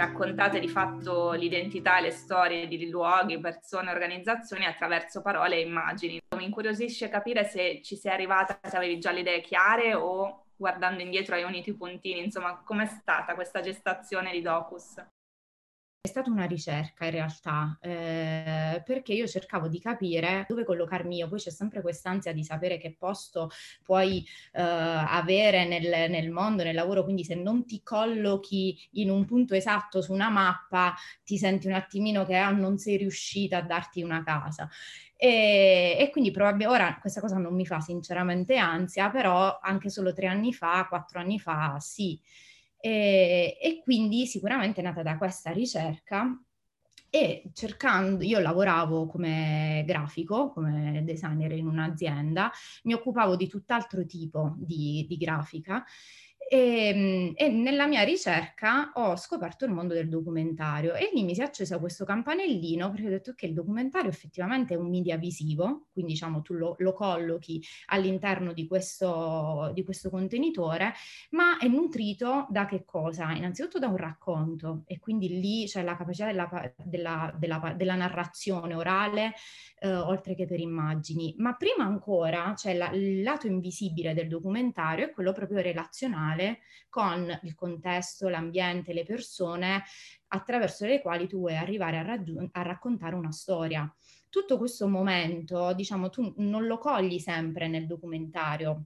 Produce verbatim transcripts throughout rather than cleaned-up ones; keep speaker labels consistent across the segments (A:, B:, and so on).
A: raccontate di fatto l'identità e le storie di luoghi, persone, organizzazioni attraverso parole e immagini. Mi incuriosisce capire se ci sei arrivata, se avevi già le idee chiare o guardando indietro hai unito i puntini, insomma, com'è stata questa gestazione di Docus?
B: È stata una ricerca in realtà, ehm, perché io cercavo di capire dove collocarmi io. Poi c'è sempre quest'ansia di sapere che posto puoi, uhm, avere nel nel mondo, nel lavoro, quindi se non ti collochi in un punto esatto su una mappa, ti senti un attimino che, ah, non sei riuscita a darti una casa. Ehm, e quindi probabi ora questa cosa non mi fa sinceramente ansia, però anche solo tre anni fa, quattro anni fa sì. Ehm, e quindi sicuramente è nata da questa ricerca e cercand io lavoravo come grafico, come designer in un'azienda, mi occupavo di tutt'altro tipo di di grafica, ehm, e nella mia ricerca ho scoperto il mondo del documentario e lì mi si è acceso questo campanellino perché ho detto: "Okay, il documentario effettivamente è un media visivo", quindi diciamo tu lo lo collochi all'interno di questo di questo contenitore, ma è nutrito da che cosa? Innanzitutto da un racconto e quindi lì c'è la capacità della pa della della pa della narrazione orale, uhm, oltre che per immagini. Ma prima ancora c'è la il lato invisibile del documentario, è quello proprio relazionale con il contesto, l'ambiente, le persone attraverso le quali tu vuoi arrivare a raggiun a raccontare una storia. Tutto questo momento, diciamo, tu non lo cogli sempre nel documentario.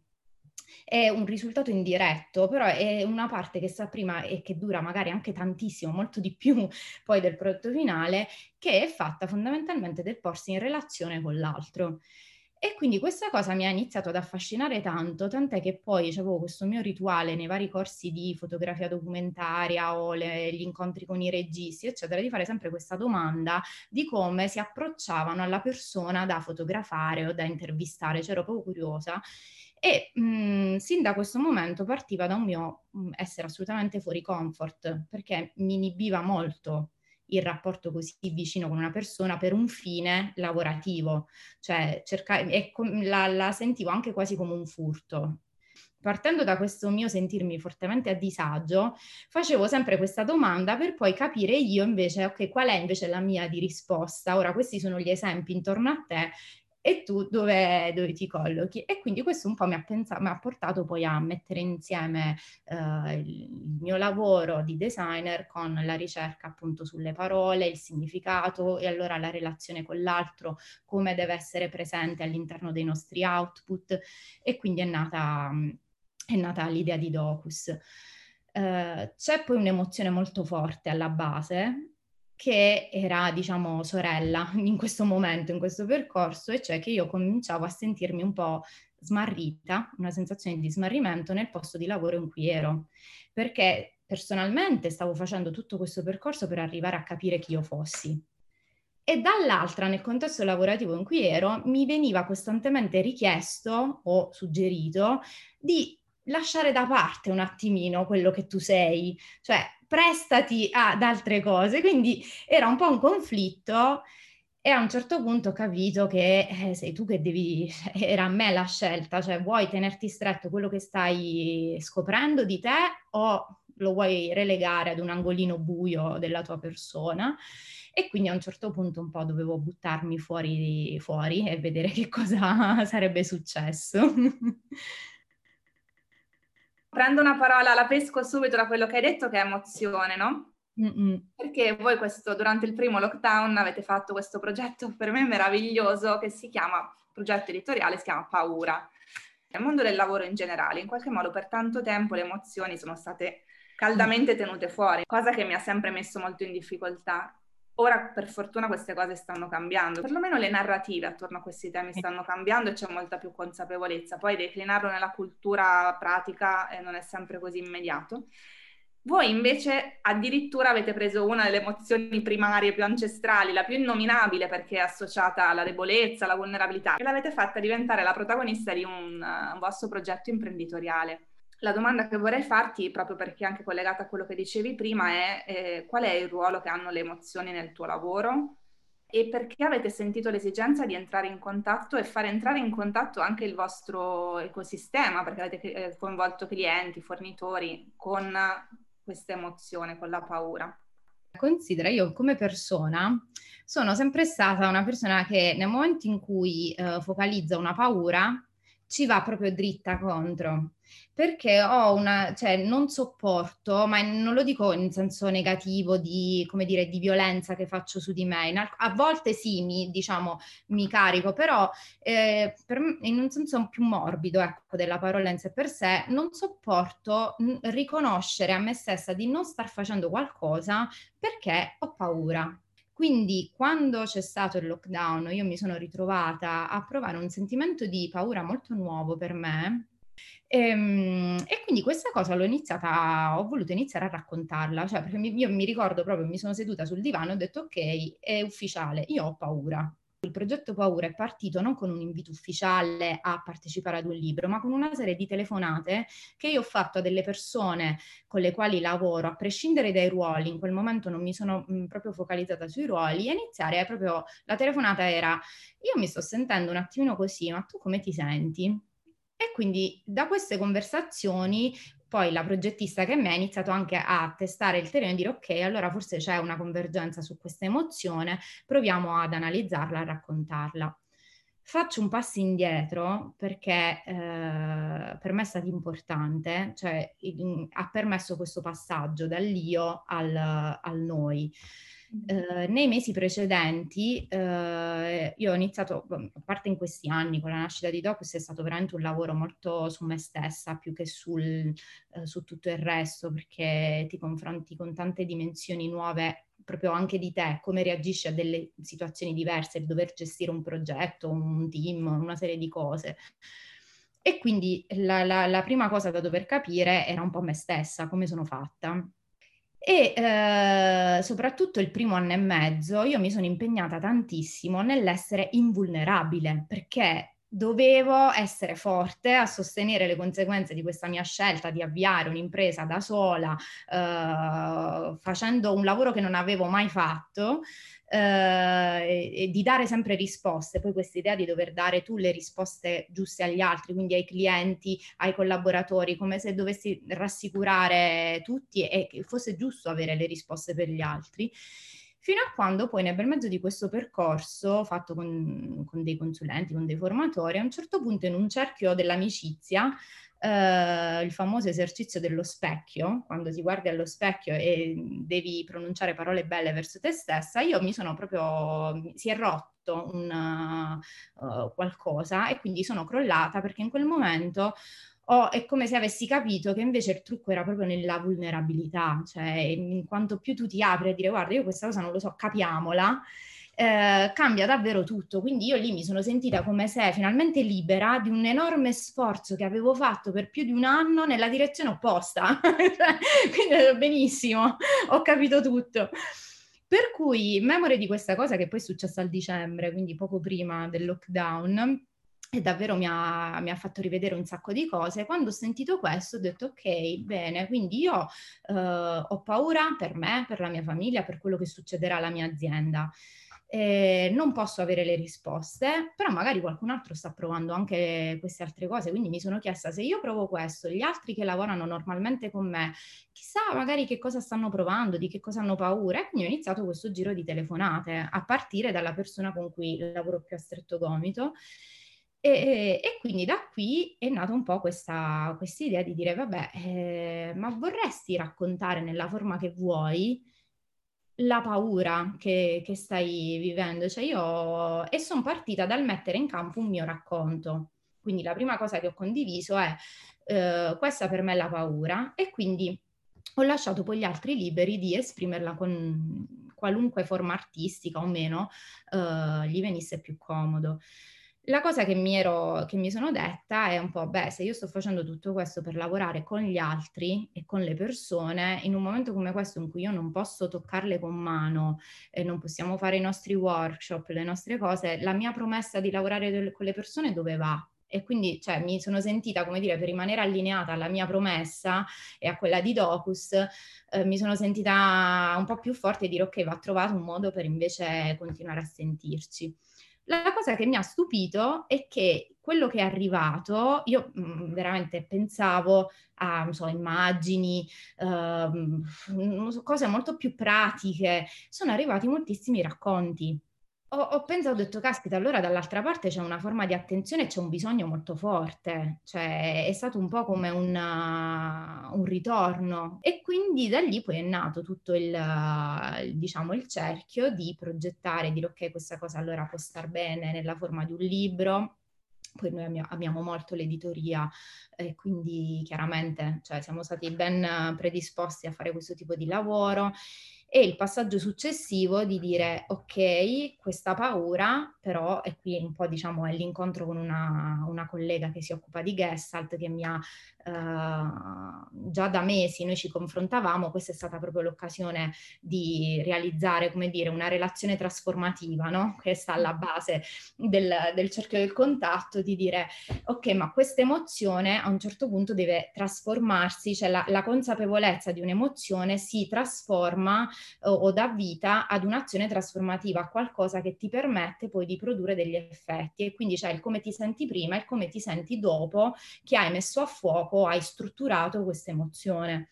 B: È un risultato indiretto, però è una parte che sta prima e che dura magari anche tantissimo, molto di più poi del prodotto finale, che è fatta fondamentalmente del porsi in relazione con l'altro. E quindi questa cosa mi ha iniziato ad affascinare tanto, tant'è che poi c'avevo questo mio rituale nei vari corsi di fotografia documentaria o le gli incontri con i registi, eccetera, di fare sempre questa domanda di come si approcciavano alla persona da fotografare o da intervistare. Cioè ero proprio curiosa e, mhmm, sin da questo momento partiva da un mio, mhmm, essere assolutamente fuori comfort, perché mi inibiva molto il rapporto così vicino con una persona per un fine lavorativo, cioè cerca e com la la sentivo anche quasi come un furto. Partendo da questo mio sentirmi fortemente a disagio, facevo sempre questa domanda per poi capire io invece, okay, qual è invece la mia di risposta. Ora questi sono gli esempi intorno a te e tu dove dove ti collochi. E quindi questo un po' mi ha pensa mi ha portato poi a mettere insieme, uhm, il mio lavoro di designer con la ricerca appunto sulle parole, il significato e allora la relazione con l'altro, come deve essere presente all'interno dei nostri output e quindi è nata mhmm, è nata l'idea di Docus. Uhm, c'è poi un'emozione molto forte alla base che era, diciamo, sorella in questo momento, in questo percorso, e cioè che io cominciavo a sentirmi un po' smarrita, una sensazione di smarrimento nel posto di lavoro in cui ero, perché personalmente stavo facendo tutto questo percorso per arrivare a capire chi io fossi. E dall'altra, nel contesto lavorativo in cui ero, mi veniva costantemente richiesto o suggerito di lasciare da parte un attimino quello che tu sei, cioè prestati ad altre cose. Quindi era un po' un conflitto e a un certo punto ho capito che, eh, sei tu che devi era a me la scelta, cioè vuoi tenerti stretto quello che stai scoprendo di te o lo vuoi relegare ad un angolino buio della tua persona? E quindi a un certo punto un po' dovevo buttarmi fuori fuori e vedere che cosa sarebbe successo.
A: Prendo una parola, la pesco subito da quello che hai detto, che è emozione, no?
B: Mh-mh.
A: Perché voi questo durante il primo lockdown avete fatto questo progetto per me meraviglioso che si chiama progetto editoriale, si chiama Paura. Nel mondo del lavoro in generale, in qualche modo per tanto tempo le emozioni sono state
B: Mh.
A: caldamente tenute fuori, cosa che mi ha sempre messo molto in difficoltà. Ora per fortuna queste cose stanno cambiando, perlomeno le narrative attorno a questi temi stanno cambiando e c'è molta più consapevolezza. Poi declinarlo nella cultura pratica eh, non è sempre così immediato. Voi invece addirittura avete preso una delle emozioni primarie più ancestrali, la più innominabile perché è associata alla debolezza, alla vulnerabilità, e l'avete fatta diventare la protagonista di un, uh, un vostro progetto imprenditoriale. La domanda che vorrei farti, proprio perché è anche collegata a quello che dicevi prima, è eh, qual è il ruolo che hanno le emozioni nel tuo lavoro e perché avete sentito l'esigenza di entrare in contatto e fare entrare in contatto anche il vostro ecosistema, perché avete eh, coinvolto clienti, fornitori con questa emozione, con la paura.
B: Considera, io come persona sono sempre stata una persona che nel momento in cui eh, focalizza una paura ci va proprio dritta contro, perché ho una, cioè non sopporto, ma non lo dico in senso negativo di, come dire, di violenza che faccio su di me. In al- a volte sì, mi, diciamo, mi carico, però eh, per me- in un senso più morbido, ecco, della parola in sé per sé, non sopporto mh, riconoscere a me stessa di non star facendo qualcosa perché ho paura. Quindi quando c'è stato il lockdown, io mi sono ritrovata a provare un sentimento di paura molto nuovo per me. Ehm, E, quindi questa cosa l'ho iniziata, ho voluto iniziare a raccontarla, cioè perché mi- io mi ricordo proprio, mi sono seduta sul divano e ho detto ok, è ufficiale, io ho paura. Il progetto Paura è partito non con un invito ufficiale a partecipare ad un libro, ma con una serie di telefonate che io ho fatto a delle persone con le quali lavoro, a prescindere dai ruoli. In quel momento non mi sono mh, proprio focalizzata sui ruoli, e iniziare è proprio, la telefonata era: io mi sto sentendo un attimino così, ma tu come ti senti? E quindi da queste conversazioni poi la progettista che me ha iniziato anche a testare il terreno e dire ok, allora forse c'è una convergenza su questa emozione, proviamo ad analizzarla, a raccontarla. Faccio un passo indietro perché eh, per me è stato importante, cioè il- ha permesso questo passaggio dall'io al, al noi. Eh, nei mesi precedenti eh, io ho iniziato, a parte in questi anni con la nascita di Docus, è stato veramente un lavoro molto su me stessa più che sul, eh, su tutto il resto, perché ti confronti con tante dimensioni nuove proprio anche di te, come reagisci a delle situazioni diverse, il dover gestire un progetto, un team, una serie di cose. E quindi la, la, la prima cosa da dover capire era un po' me stessa, come sono fatta. E eh, soprattutto il primo anno e mezzo io mi sono impegnata tantissimo nell'essere invulnerabile, perché dovevo essere forte a sostenere le conseguenze di questa mia scelta di avviare un'impresa da sola, eh, facendo un lavoro che non avevo mai fatto, eh, e, e di dare sempre risposte. Poi questa idea di dover dare tu le risposte giuste agli altri, quindi ai clienti, ai collaboratori, come se dovessi rassicurare tutti e che fosse giusto avere le risposte per gli altri. Fino a quando poi nel bel mezzo di questo percorso fatto con, con dei consulenti, con dei formatori, a un certo punto in un cerchio dell'amicizia, Uh, il famoso esercizio dello specchio, quando ti guardi allo specchio e devi pronunciare parole belle verso te stessa, io mi sono proprio, si è rotto un, uh, qualcosa, e quindi sono crollata, perché in quel momento oh, è come se avessi capito che invece il trucco era proprio nella vulnerabilità, cioè in quanto più tu ti apri a dire guarda, io questa cosa non lo so, capiamola, eh, cambia davvero tutto. Quindi io lì mi sono sentita come se finalmente libera di un enorme sforzo che avevo fatto per più di un anno nella direzione opposta. Quindi benissimo, ho capito tutto. Per cui, memore di questa cosa che poi è successa al dicembre, quindi poco prima del lockdown, e davvero mi ha, mi ha fatto rivedere un sacco di cose. Quando ho sentito questo ho detto ok, bene, quindi io eh, ho paura per me, per la mia famiglia, per quello che succederà alla mia azienda. Eh, non posso avere le risposte, però magari qualcun altro sta provando anche queste altre cose, quindi mi sono chiesta: se io provo questo, gli altri che lavorano normalmente con me, chissà magari che cosa stanno provando, di che cosa hanno paura. E quindi ho iniziato questo giro di telefonate, a partire dalla persona con cui lavoro più a stretto gomito. E, e quindi da qui è nata un po' questa idea di dire vabbè, eh, ma vorresti raccontare nella forma che vuoi la paura che, che stai vivendo? Cioè io, e sono partita dal mettere in campo un mio racconto. Quindi la prima cosa che ho condiviso è eh, questa per me è la paura, e quindi ho lasciato poi gli altri liberi di esprimerla con qualunque forma artistica o meno eh, gli venisse più comodo. La cosa che mi, ero, che mi sono detta è un po', beh, se io sto facendo tutto questo per lavorare con gli altri e con le persone, in un momento come questo in cui io non posso toccarle con mano, e non possiamo fare i nostri workshop, le nostre cose, la mia promessa di lavorare con le persone dove va? E quindi, cioè, mi sono sentita, come dire, per rimanere allineata alla mia promessa e a quella di Docus, eh, mi sono sentita un po' più forte e dire ok, va trovato un modo per invece continuare a sentirci. La cosa che mi ha stupito è che quello che è arrivato, io mh, veramente pensavo a, non so, immagini, ehm, non so, cose molto più pratiche. Sono arrivati moltissimi racconti. Ho, ho pensato, ho detto, caspita, allora dall'altra parte c'è una forma di attenzione e c'è un bisogno molto forte, cioè è stato un po' come un, uh, un ritorno, e quindi da lì poi è nato tutto il, uh, diciamo, il cerchio di progettare, dire ok, questa cosa allora può star bene nella forma di un libro. Poi noi abbiamo, abbiamo molto l'editoria e quindi chiaramente, cioè, siamo stati ben predisposti a fare questo tipo di lavoro. E il passaggio successivo di dire ok, questa paura però, e qui un po' diciamo è l'incontro con una, una collega che si occupa di Gestalt, che mi ha eh, già da mesi noi ci confrontavamo, questa è stata proprio l'occasione di realizzare, come dire, una relazione trasformativa, no? Che sta alla base del, del cerchio del contatto, di dire ok, ma questa emozione a un certo punto deve trasformarsi, cioè la, la consapevolezza di un'emozione si trasforma o, o dà vita ad un'azione trasformativa, a qualcosa che ti permette poi di produrre degli effetti, e quindi c'è il come ti senti prima e il come ti senti dopo che hai messo a fuoco, hai strutturato questa emozione.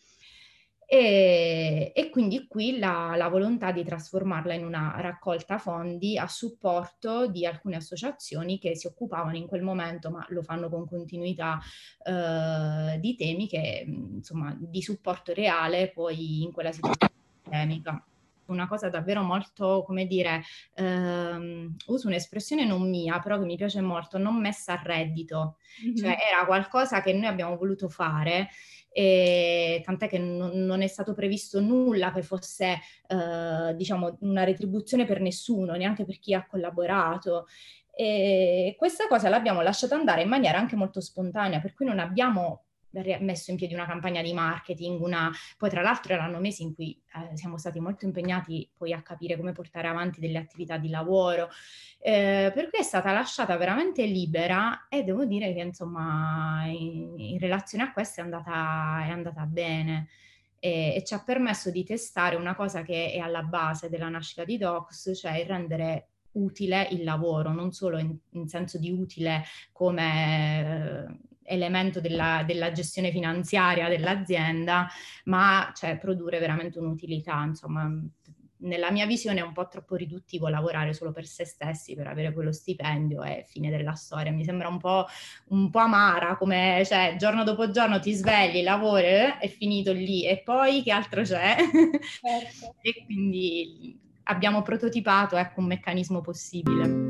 B: E, e quindi qui la, la volontà di trasformarla in una raccolta fondi a supporto di alcune associazioni che si occupavano in quel momento, ma lo fanno con continuità, eh, di temi che, insomma, di supporto reale poi in quella situazione pandemica. Una cosa davvero molto, come dire, ehm, uso un'espressione non mia, però che mi piace molto, non messa a reddito. Mm-hmm. Cioè era qualcosa che noi abbiamo voluto fare, e tant'è che non, non è stato previsto nulla che fosse eh, diciamo una retribuzione per nessuno, neanche per chi ha collaborato, e questa cosa l'abbiamo lasciata andare in maniera anche molto spontanea, per cui non abbiamo messo in piedi una campagna di marketing, una... poi tra l'altro erano mesi in cui eh, siamo stati molto impegnati poi a capire come portare avanti delle attività di lavoro, eh, per cui è stata lasciata veramente libera, e devo dire che insomma in, in relazione a questo è andata, è andata bene, e, e ci ha permesso di testare una cosa che è alla base della nascita di Docs, cioè il rendere utile il lavoro, non solo in, in senso di utile come eh, elemento della, della gestione finanziaria dell'azienda, ma cioè produrre veramente un'utilità. Insomma, nella mia visione è un po' troppo riduttivo lavorare solo per se stessi, per avere quello stipendio e fine della storia. Mi sembra un po', un po' amara, come cioè giorno dopo giorno ti svegli, lavori, eh, è finito lì, e poi che altro c'è? Certo. E quindi abbiamo prototipato, ecco, un meccanismo possibile.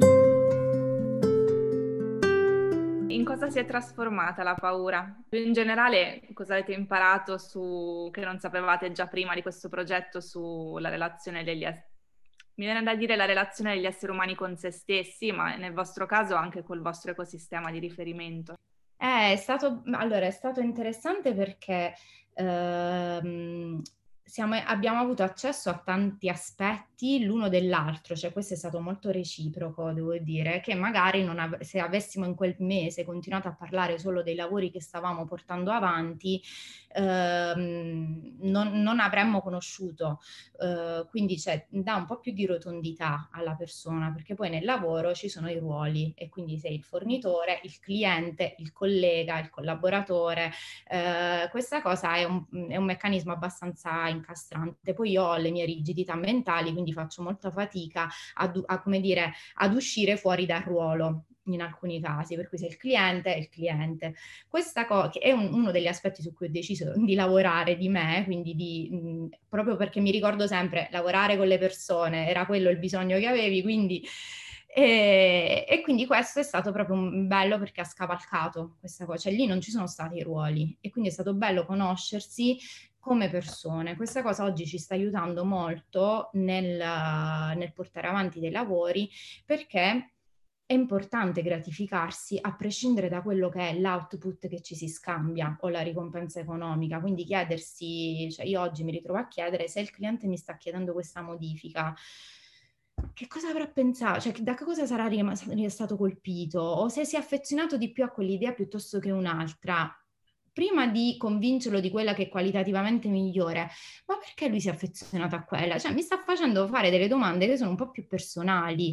A: In cosa si è trasformata la paura? In generale, cosa avete imparato su che non sapevate già prima di questo progetto sulla relazione degli esseri? Mi viene da dire la relazione degli esseri umani con se stessi, ma nel vostro caso anche col vostro ecosistema di riferimento.
B: Eh, è stato, allora, è stato interessante perché ehm, siamo, abbiamo avuto accesso a tanti aspetti l'uno dell'altro, cioè questo è stato molto reciproco, devo dire, che magari non av- se avessimo in quel mese continuato a parlare solo dei lavori che stavamo portando avanti, ehm, non, non avremmo conosciuto. Eh, quindi cioè, dà un po' più di rotondità alla persona, perché poi nel lavoro ci sono i ruoli, e quindi sei il fornitore, il cliente, il collega, il collaboratore. Eh, questa cosa è un, è un meccanismo abbastanza incastrante. Poi io ho le mie rigidità mentali, quindi faccio molta fatica a, a, come dire, ad uscire fuori dal ruolo in alcuni casi, per cui se il cliente è il cliente. Questa cosa è un, uno degli aspetti su cui ho deciso di lavorare di me, quindi di, mh, proprio perché mi ricordo sempre lavorare con le persone, era quello il bisogno che avevi, quindi e, e quindi questo è stato proprio un bello, perché ha scavalcato questa cosa, cioè lì non ci sono stati i ruoli, e quindi è stato bello conoscersi come persone. Questa cosa oggi ci sta aiutando molto nel, nel portare avanti dei lavori, perché è importante gratificarsi a prescindere da quello che è l'output che ci si scambia o la ricompensa economica. Quindi chiedersi, cioè io oggi mi ritrovo a chiedere se il cliente mi sta chiedendo questa modifica, che cosa avrà pensato, cioè da che cosa sarà stato colpito, o se si è affezionato di più a quell'idea piuttosto che un'altra. Prima di convincerlo di quella che è qualitativamente migliore, ma perché lui si è affezionato a quella? Cioè mi sta facendo fare delle domande che sono un po' più personali,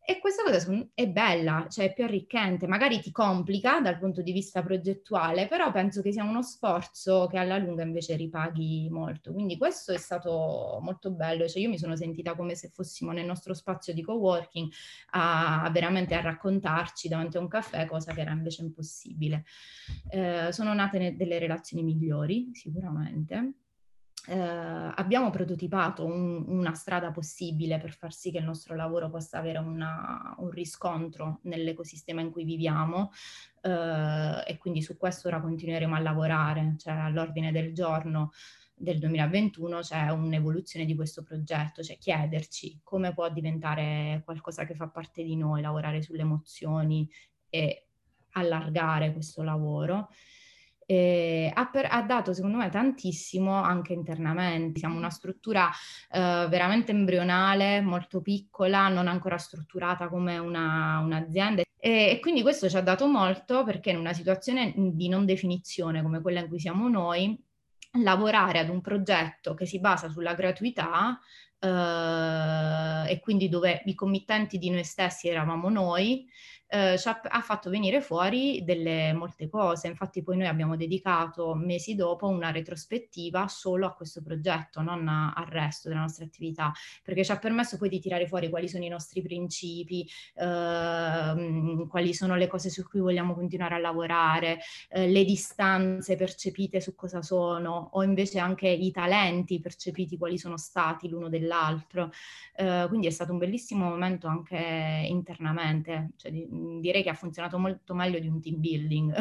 B: E questa cosa è bella, cioè è più arricchente, magari ti complica dal punto di vista progettuale, però penso che sia uno sforzo che alla lunga invece ripaghi molto. Quindi questo è stato molto bello, cioè io mi sono sentita come se fossimo nel nostro spazio di coworking a, a veramente a raccontarci davanti a un caffè, cosa che era invece impossibile. Eh, sono nate ne- delle relazioni migliori, sicuramente. Eh, abbiamo prototipato un, una strada possibile per far sì che il nostro lavoro possa avere una, un riscontro nell'ecosistema in cui viviamo, eh, e quindi su questo ora continueremo a lavorare, cioè all'ordine del giorno del duemilaventuno c'è un'evoluzione di questo progetto, cioè chiederci come può diventare qualcosa che fa parte di noi, lavorare sulle emozioni e allargare questo lavoro. Eh, ha, per, ha dato secondo me tantissimo anche internamente. Siamo una struttura eh, veramente embrionale, molto piccola, non ancora strutturata come una, un'azienda, e, e quindi questo ci ha dato molto, perché in una situazione di non definizione come quella in cui siamo noi, lavorare ad un progetto che si basa sulla gratuità, eh, e quindi dove i committenti di noi stessi eravamo noi, eh, ci ha, ha fatto venire fuori delle molte cose. Infatti poi noi abbiamo dedicato mesi dopo una retrospettiva solo a questo progetto, non a, al resto della nostra attività, perché ci ha permesso poi di tirare fuori quali sono i nostri principi, eh, quali sono le cose su cui vogliamo continuare a lavorare, eh, le distanze percepite su cosa sono, o invece anche i talenti percepiti quali sono stati l'uno dell'altro. Eh, quindi è stato un bellissimo momento anche internamente, cioè, di, direi che ha funzionato molto meglio di un team building.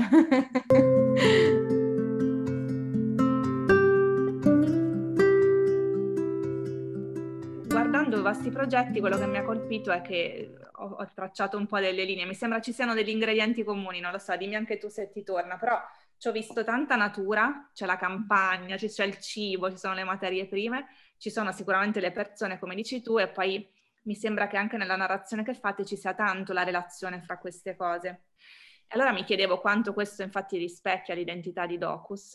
A: Guardando i vostri progetti, quello che mi ha colpito è che ho, ho tracciato un po' delle linee, mi sembra ci siano degli ingredienti comuni, non lo so, dimmi anche tu se ti torna, però ci ho visto tanta natura, c'è la campagna, c'è il cibo, ci sono le materie prime, ci sono sicuramente le persone, come dici tu, e poi mi sembra che anche nella narrazione che fate ci sia tanto la relazione fra queste cose. E allora mi chiedevo quanto questo infatti rispecchia l'identità di Docus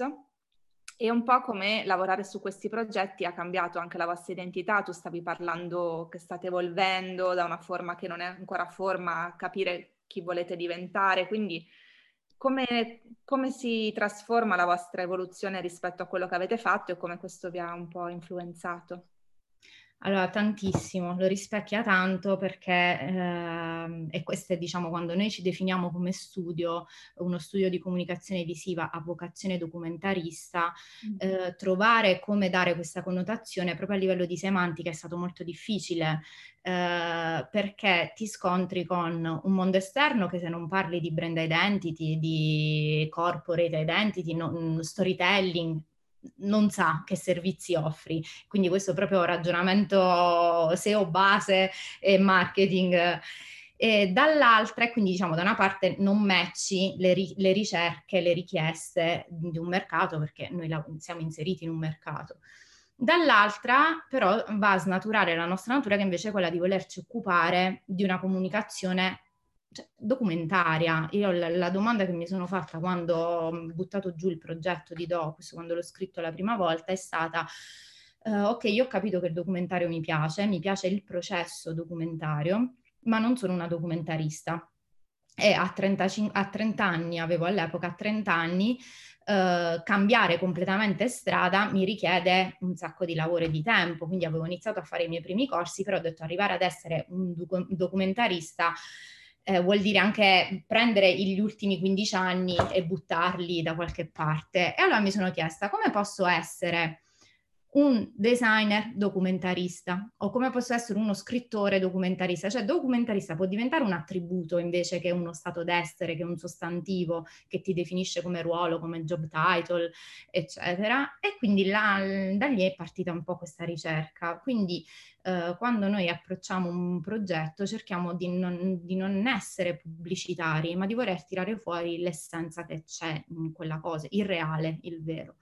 A: e un po' come lavorare su questi progetti ha cambiato anche la vostra identità. Tu stavi parlando che state evolvendo da una forma che non è ancora forma a capire chi volete diventare, quindi come, come si trasforma la vostra evoluzione rispetto a quello che avete fatto e come questo vi ha un po' influenzato?
B: Allora, tantissimo, lo rispecchia tanto perché, ehm, e questo è, diciamo, quando noi ci definiamo come studio, uno studio di comunicazione visiva a vocazione documentarista, eh, trovare come dare questa connotazione proprio a livello di semantica è stato molto difficile, eh, perché ti scontri con un mondo esterno che, se non parli di brand identity, di corporate identity, no, storytelling, non sa che servizi offri. Quindi questo è proprio ragionamento S E O base e marketing. E dall'altra, quindi diciamo da una parte non matchi le, ri- le ricerche, le richieste di un mercato, perché noi la- siamo inseriti in un mercato. Dall'altra però va a snaturare la nostra natura, che invece è quella di volerci occupare di una comunicazione, cioè, documentaria. Io la, la domanda che mi sono fatta quando ho buttato giù il progetto di Docus, quando l'ho scritto la prima volta, è stata: Uh, ok, io ho capito che il documentario mi piace, mi piace il processo documentario, ma non sono una documentarista. E a trentacinque, a trenta anni, avevo all'epoca trenta anni, uh, cambiare completamente strada mi richiede un sacco di lavoro e di tempo, quindi avevo iniziato a fare i miei primi corsi, però ho detto arrivare ad essere un docu- documentarista eh, vuol dire anche prendere gli ultimi quindici anni e buttarli da qualche parte. E allora mi sono chiesta come posso essere un designer documentarista o come posso essere uno scrittore documentarista. Cioè documentarista può diventare un attributo invece che uno stato d'essere, che un sostantivo che ti definisce come ruolo, come job title, eccetera. E quindi là, da lì è partita un po' questa ricerca. Quindi eh, quando noi approcciamo un progetto cerchiamo di non, di non essere pubblicitari, ma di voler tirare fuori l'essenza che c'è in quella cosa, il reale, il vero.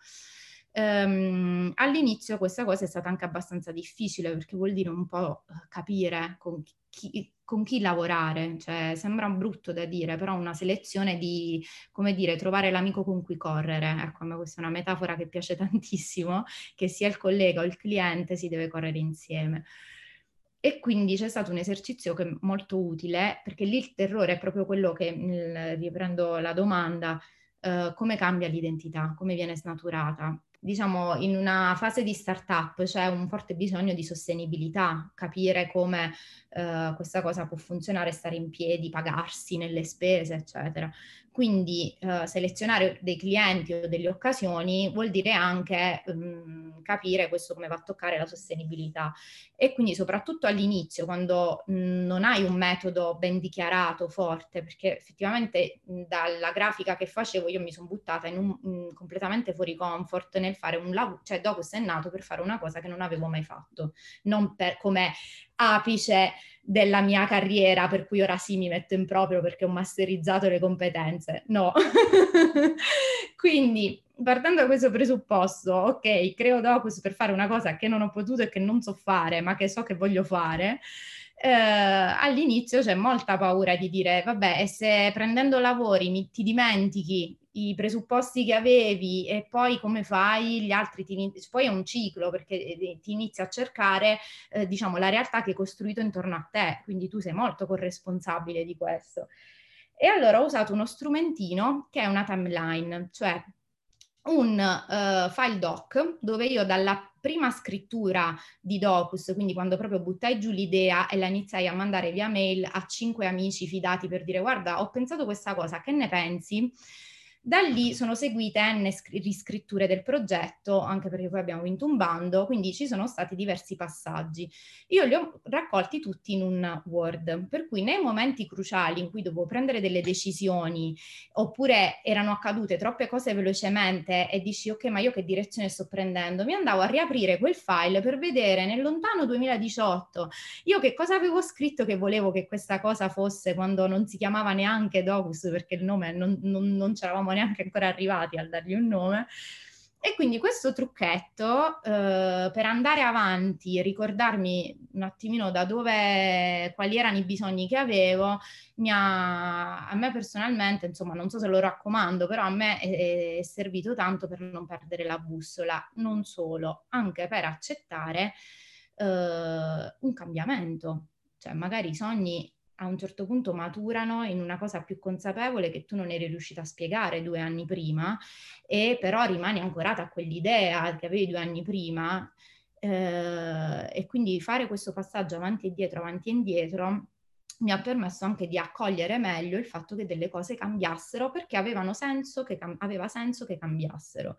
B: Um, all'inizio questa cosa è stata anche abbastanza difficile, perché vuol dire un po' capire con chi, con chi lavorare, cioè sembra brutto da dire, però una selezione di, come dire, trovare l'amico con cui correre. Ecco, a me questa è una metafora che piace tantissimo, che sia il collega o il cliente si deve correre insieme. E quindi c'è stato un esercizio che è molto utile, perché lì il terrore è proprio quello che, mh, riprendo la domanda, eh, come cambia l'identità, come viene snaturata. Diciamo, in una fase di startup c'è un forte bisogno di sostenibilità, capire come eh, questa cosa può funzionare, stare in piedi, pagarsi nelle spese, eccetera. Quindi eh, selezionare dei clienti o delle occasioni vuol dire anche mh, capire questo come va a toccare la sostenibilità. E quindi soprattutto all'inizio, quando mh, non hai un metodo ben dichiarato, forte, perché effettivamente mh, dalla grafica che facevo io mi sono buttata in un, mh, completamente fuori comfort nel fare un lavoro, cioè Docus è nato per fare una cosa che non avevo mai fatto, non per, come apice della mia carriera, per cui ora sì mi metto in proprio perché ho masterizzato le competenze, no. Quindi partendo da questo presupposto, ok, creo Docus per fare una cosa che non ho potuto e che non so fare, ma che so che voglio fare, eh, all'inizio c'è molta paura di dire, vabbè, e se prendendo lavori mi, ti dimentichi i presupposti che avevi e poi come fai, gli altri ti inizi- poi è un ciclo perché eh, ti inizi a cercare, eh, diciamo, la realtà che hai costruito intorno a te, quindi tu sei molto corresponsabile di questo. E allora ho usato uno strumentino che è una timeline, cioè un uh, file doc dove io dalla prima scrittura di Docus, quindi quando proprio buttai giù l'idea e la iniziai a mandare via mail a cinque amici fidati per dire guarda ho pensato questa cosa, che ne pensi? Da lì sono seguite n riscritture del progetto, anche perché poi abbiamo vinto un bando, quindi ci sono stati diversi passaggi. Io li ho raccolti tutti in un Word, per cui nei momenti cruciali in cui dovevo prendere delle decisioni oppure erano accadute troppe cose velocemente e dici ok ma io che direzione sto prendendo, mi andavo a riaprire quel file per vedere nel lontano duemiladiciotto io che cosa avevo scritto che volevo che questa cosa fosse quando non si chiamava neanche Docus perché il nome non, non, non c'eravamo neanche ancora arrivati a dargli un nome. E quindi questo trucchetto eh, per andare avanti, ricordarmi un attimino da dove, quali erano i bisogni che avevo, mi ha, a me personalmente, insomma, non so se lo raccomando, però a me è, è servito tanto per non perdere la bussola, non solo, anche per accettare eh, un cambiamento. Cioè, magari i sogni a un certo punto maturano in una cosa più consapevole che tu non eri riuscita a spiegare due anni prima e però rimani ancorata a quell'idea che avevi due anni prima eh, e quindi fare questo passaggio avanti e indietro, avanti e indietro mi ha permesso anche di accogliere meglio il fatto che delle cose cambiassero perché avevano senso che cam- aveva senso che cambiassero.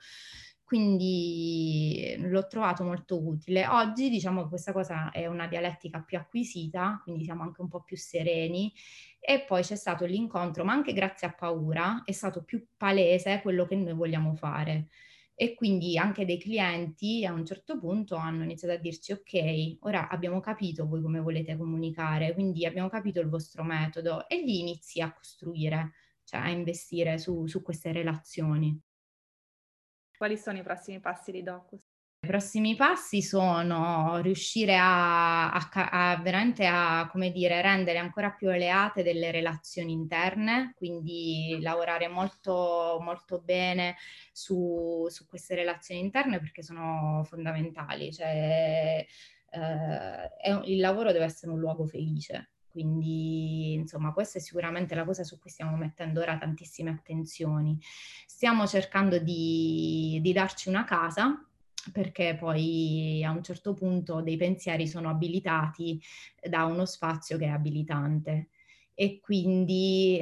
B: Quindi l'ho trovato molto utile. Oggi diciamo che questa cosa è una dialettica più acquisita, quindi siamo anche un po' più sereni e poi c'è stato l'incontro, ma anche grazie a paura è stato più palese quello che noi vogliamo fare. E quindi anche dei clienti a un certo punto hanno iniziato a dirci ok, ora abbiamo capito voi come volete comunicare, quindi abbiamo capito il vostro metodo e lì inizi a costruire, cioè a investire su, su queste relazioni.
A: Quali sono i prossimi passi di Docus?
B: I prossimi passi sono riuscire a, a, a veramente a, come dire, rendere ancora più alleate delle relazioni interne, quindi lavorare molto, molto bene su, su queste relazioni interne perché sono fondamentali. Cioè, eh, è, il lavoro deve essere un luogo felice. Quindi, insomma, questa è sicuramente la cosa su cui stiamo mettendo ora tantissime attenzioni. Stiamo cercando di, di darci una casa perché poi a un certo punto dei pensieri sono abilitati da uno spazio che è abilitante. E quindi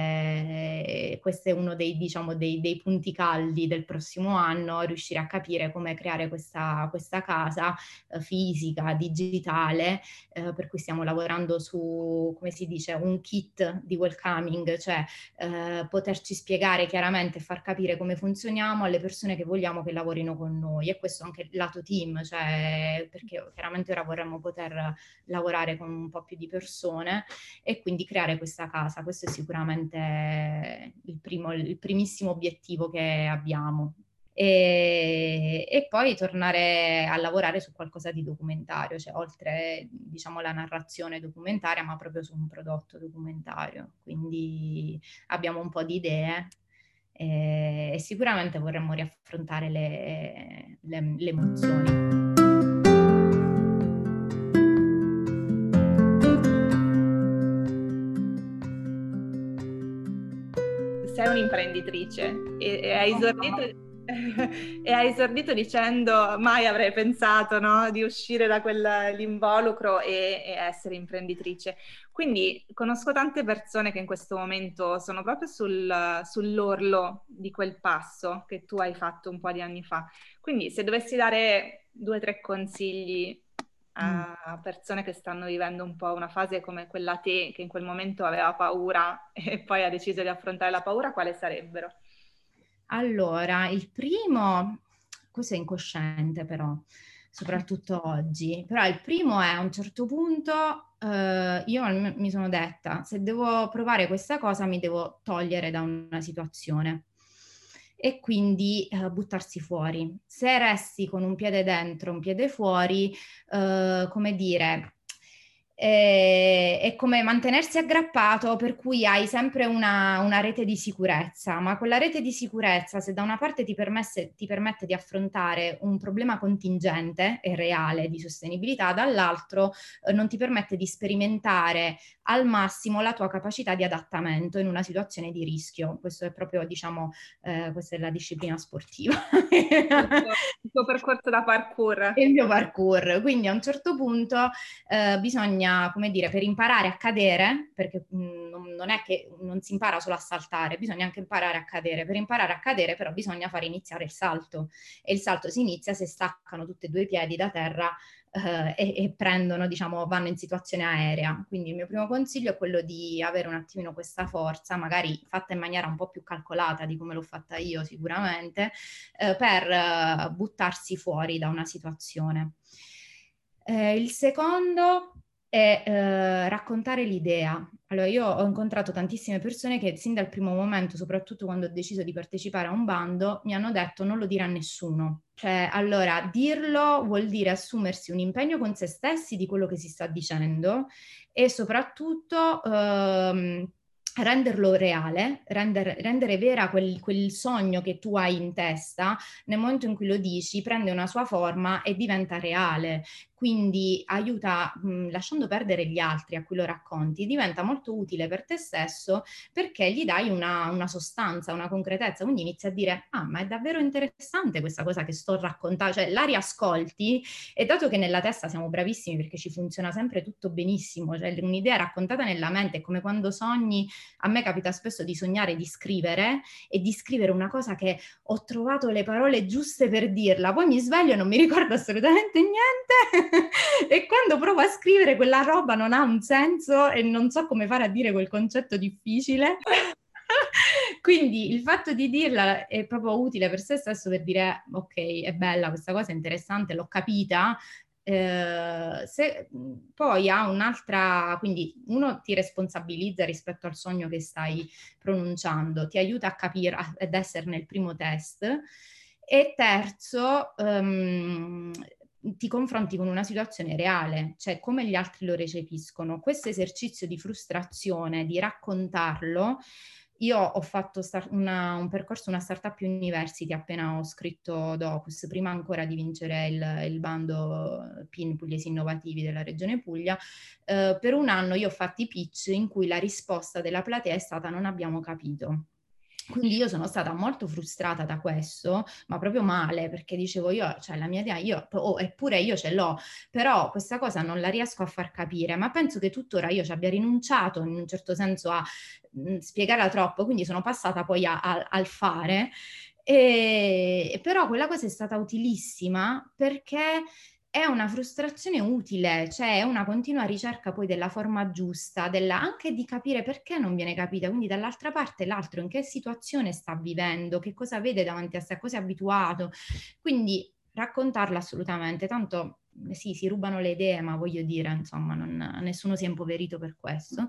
B: eh, questo è uno dei, diciamo, dei, dei punti caldi del prossimo anno, riuscire a capire come creare questa, questa casa eh, fisica, digitale, eh, per cui stiamo lavorando su, come si dice, un kit di welcoming, cioè eh, poterci spiegare chiaramente e far capire come funzioniamo alle persone che vogliamo che lavorino con noi. E questo anche il lato team, cioè perché chiaramente ora vorremmo poter lavorare con un po' più di persone e quindi creare questa casa. Questo è sicuramente il, primo, il primissimo obiettivo che abbiamo. E, e poi tornare a lavorare su qualcosa di documentario, cioè oltre diciamo la narrazione documentaria, ma proprio su un prodotto documentario. Quindi abbiamo un po' di idee e, e sicuramente vorremmo riaffrontare le, le, le emozioni.
A: un'imprenditrice e, e hai esordito... e hai esordito dicendo mai avrei pensato, no, di uscire da quell'involucro e, e essere imprenditrice. Quindi conosco tante persone che in questo momento sono proprio sul, sull'orlo di quel passo che tu hai fatto un po' di anni fa. Quindi se dovessi dare due o tre consigli a persone che stanno vivendo un po' una fase come quella te, che in quel momento aveva paura e poi ha deciso di affrontare la paura, quali sarebbero?
B: Allora, il primo, questo è incosciente però, soprattutto oggi, però il primo è a un certo punto eh, io mi sono detta, se devo provare questa cosa mi devo togliere da una situazione e quindi eh, buttarsi fuori. Se resti con un piede dentro, un piede fuori, eh, come dire... È, è come mantenersi aggrappato, per cui hai sempre una, una rete di sicurezza, ma quella rete di sicurezza, se da una parte ti, permesse, ti permette di affrontare un problema contingente e reale di sostenibilità, dall'altro eh, non ti permette di sperimentare al massimo la tua capacità di adattamento in una situazione di rischio. Questo è proprio, diciamo, eh, questa è la disciplina sportiva.
A: Il tuo, il tuo percorso da parkour.
B: Il mio parkour. Quindi a un certo punto eh, bisogna, come dire, per imparare a cadere, perché mh, non è che non si impara solo a saltare, bisogna anche imparare a cadere. Per imparare a cadere però bisogna fare iniziare il salto e il salto si inizia se staccano tutti e due i piedi da terra eh, e, e prendono, diciamo, vanno in situazione aerea. Quindi il mio primo consiglio è quello di avere un attimino questa forza, magari fatta in maniera un po' più calcolata di come l'ho fatta io sicuramente, eh, per eh, buttarsi fuori da una situazione. Eh, il secondo è eh, raccontare l'idea. Allora, io ho incontrato tantissime persone che sin dal primo momento, soprattutto quando ho deciso di partecipare a un bando, mi hanno detto non lo dire a nessuno. Cioè, allora, dirlo vuol dire assumersi un impegno con se stessi di quello che si sta dicendo e soprattutto ehm, renderlo reale, render, rendere vera quel, quel sogno che tu hai in testa, nel momento in cui lo dici, prende una sua forma e diventa reale. Quindi aiuta, mh, lasciando perdere gli altri a cui lo racconti, diventa molto utile per te stesso perché gli dai una, una sostanza, una concretezza, quindi inizi a dire, ah, ma è davvero interessante questa cosa che sto raccontando, cioè la riascolti e dato che nella testa siamo bravissimi perché ci funziona sempre tutto benissimo, cioè un'idea raccontata nella mente è come quando sogni, a me capita spesso di sognare di scrivere e di scrivere una cosa che ho trovato le parole giuste per dirla, poi mi sveglio e non mi ricordo assolutamente niente e quando provo a scrivere quella roba non ha un senso e non so come fare a dire quel concetto difficile. Quindi il fatto di dirla è proprio utile per se stesso per dire ok, è bella questa cosa, è interessante, l'ho capita. Eh, se poi ha un'altra, quindi uno ti responsabilizza rispetto al sogno che stai pronunciando, ti aiuta a capire, ad essere nel primo test e terzo um, ti confronti con una situazione reale, cioè come gli altri lo recepiscono. Questo esercizio di frustrazione, di raccontarlo, io ho fatto una, un percorso, una startup university appena ho scritto Docus, prima ancora di vincere il, il bando P I N Pugliesi Innovativi della Regione Puglia. Eh, per un anno io ho fatto i pitch in cui la risposta della platea è stata non abbiamo capito. Quindi io sono stata molto frustrata da questo, ma proprio male, perché dicevo io, cioè la mia idea, io, oh, eppure io ce l'ho, però questa cosa non la riesco a far capire, ma penso che tuttora io ci abbia rinunciato in un certo senso a mh, spiegarla troppo, quindi sono passata poi a, a, al fare, e, però quella cosa è stata utilissima perché è una frustrazione utile, cioè è una continua ricerca poi della forma giusta, della, anche di capire perché non viene capita, quindi dall'altra parte l'altro in che situazione sta vivendo, che cosa vede davanti a sé, a cosa è abituato, quindi raccontarla assolutamente, tanto sì, si rubano le idee, ma voglio dire, insomma, non, nessuno si è impoverito per questo.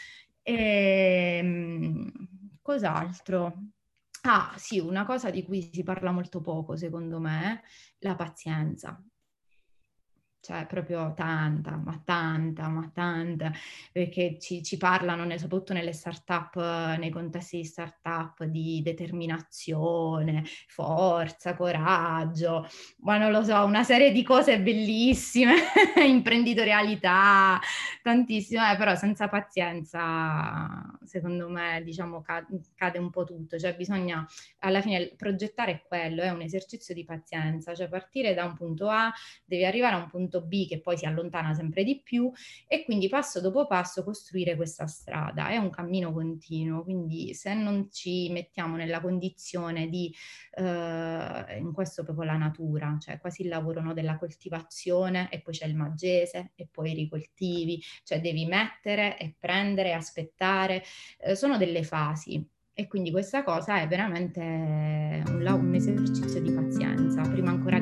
B: E, cos'altro? Ah, sì, una cosa di cui si parla molto poco, secondo me, la pazienza. cioè proprio tanta, ma tanta, ma tanta, perché ci, ci parlano, ne- soprattutto nelle start-up, eh, nei contesti di start-up, di determinazione, forza, coraggio, ma non lo so, una serie di cose bellissime, imprenditorialità, tantissimo, eh, però senza pazienza, secondo me, diciamo, ca- cade un po' tutto, cioè bisogna, alla fine, progettare è quello, è un esercizio di pazienza, cioè partire da un punto A, devi arrivare a un punto B che poi si allontana sempre di più e quindi passo dopo passo costruire questa strada. È un cammino continuo, quindi se non ci mettiamo nella condizione di, eh, in questo proprio la natura, cioè quasi il lavoro, no, della coltivazione e poi c'è il maggese e poi i ricoltivi, cioè devi mettere e prendere e aspettare, eh, sono delle fasi. E quindi questa cosa è veramente un, un esercizio di pazienza, prima ancora